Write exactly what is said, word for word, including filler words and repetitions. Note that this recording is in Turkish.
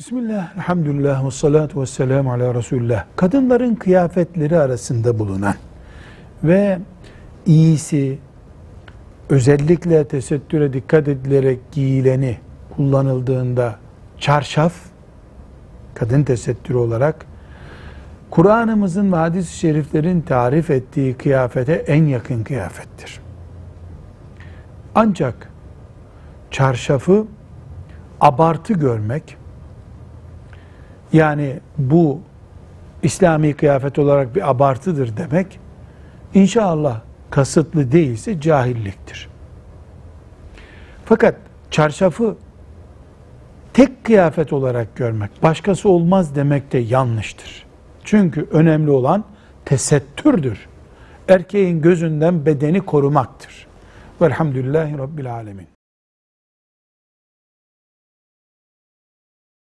Bismillah, elhamdülillah, ve salatu ve selamu ala Resulullah. Kadınların kıyafetleri arasında bulunan ve iyisi, özellikle tesettüre dikkat edilerek giyileni kullanıldığında çarşaf, kadın tesettürü olarak, Kur'an'ımızın ve hadis-i şeriflerin tarif ettiği kıyafete en yakın kıyafettir. Ancak çarşafı abartı görmek, yani bu İslami kıyafet olarak bir abartıdır demek, İnşallah kasıtlı değilse cahilliktir. Fakat çarşafı tek kıyafet olarak görmek, başkası olmaz demek de yanlıştır. Çünkü önemli olan tesettürdür. Erkeğin gözünden bedeni korumaktır. Velhamdülillahi Rabbil Alemin.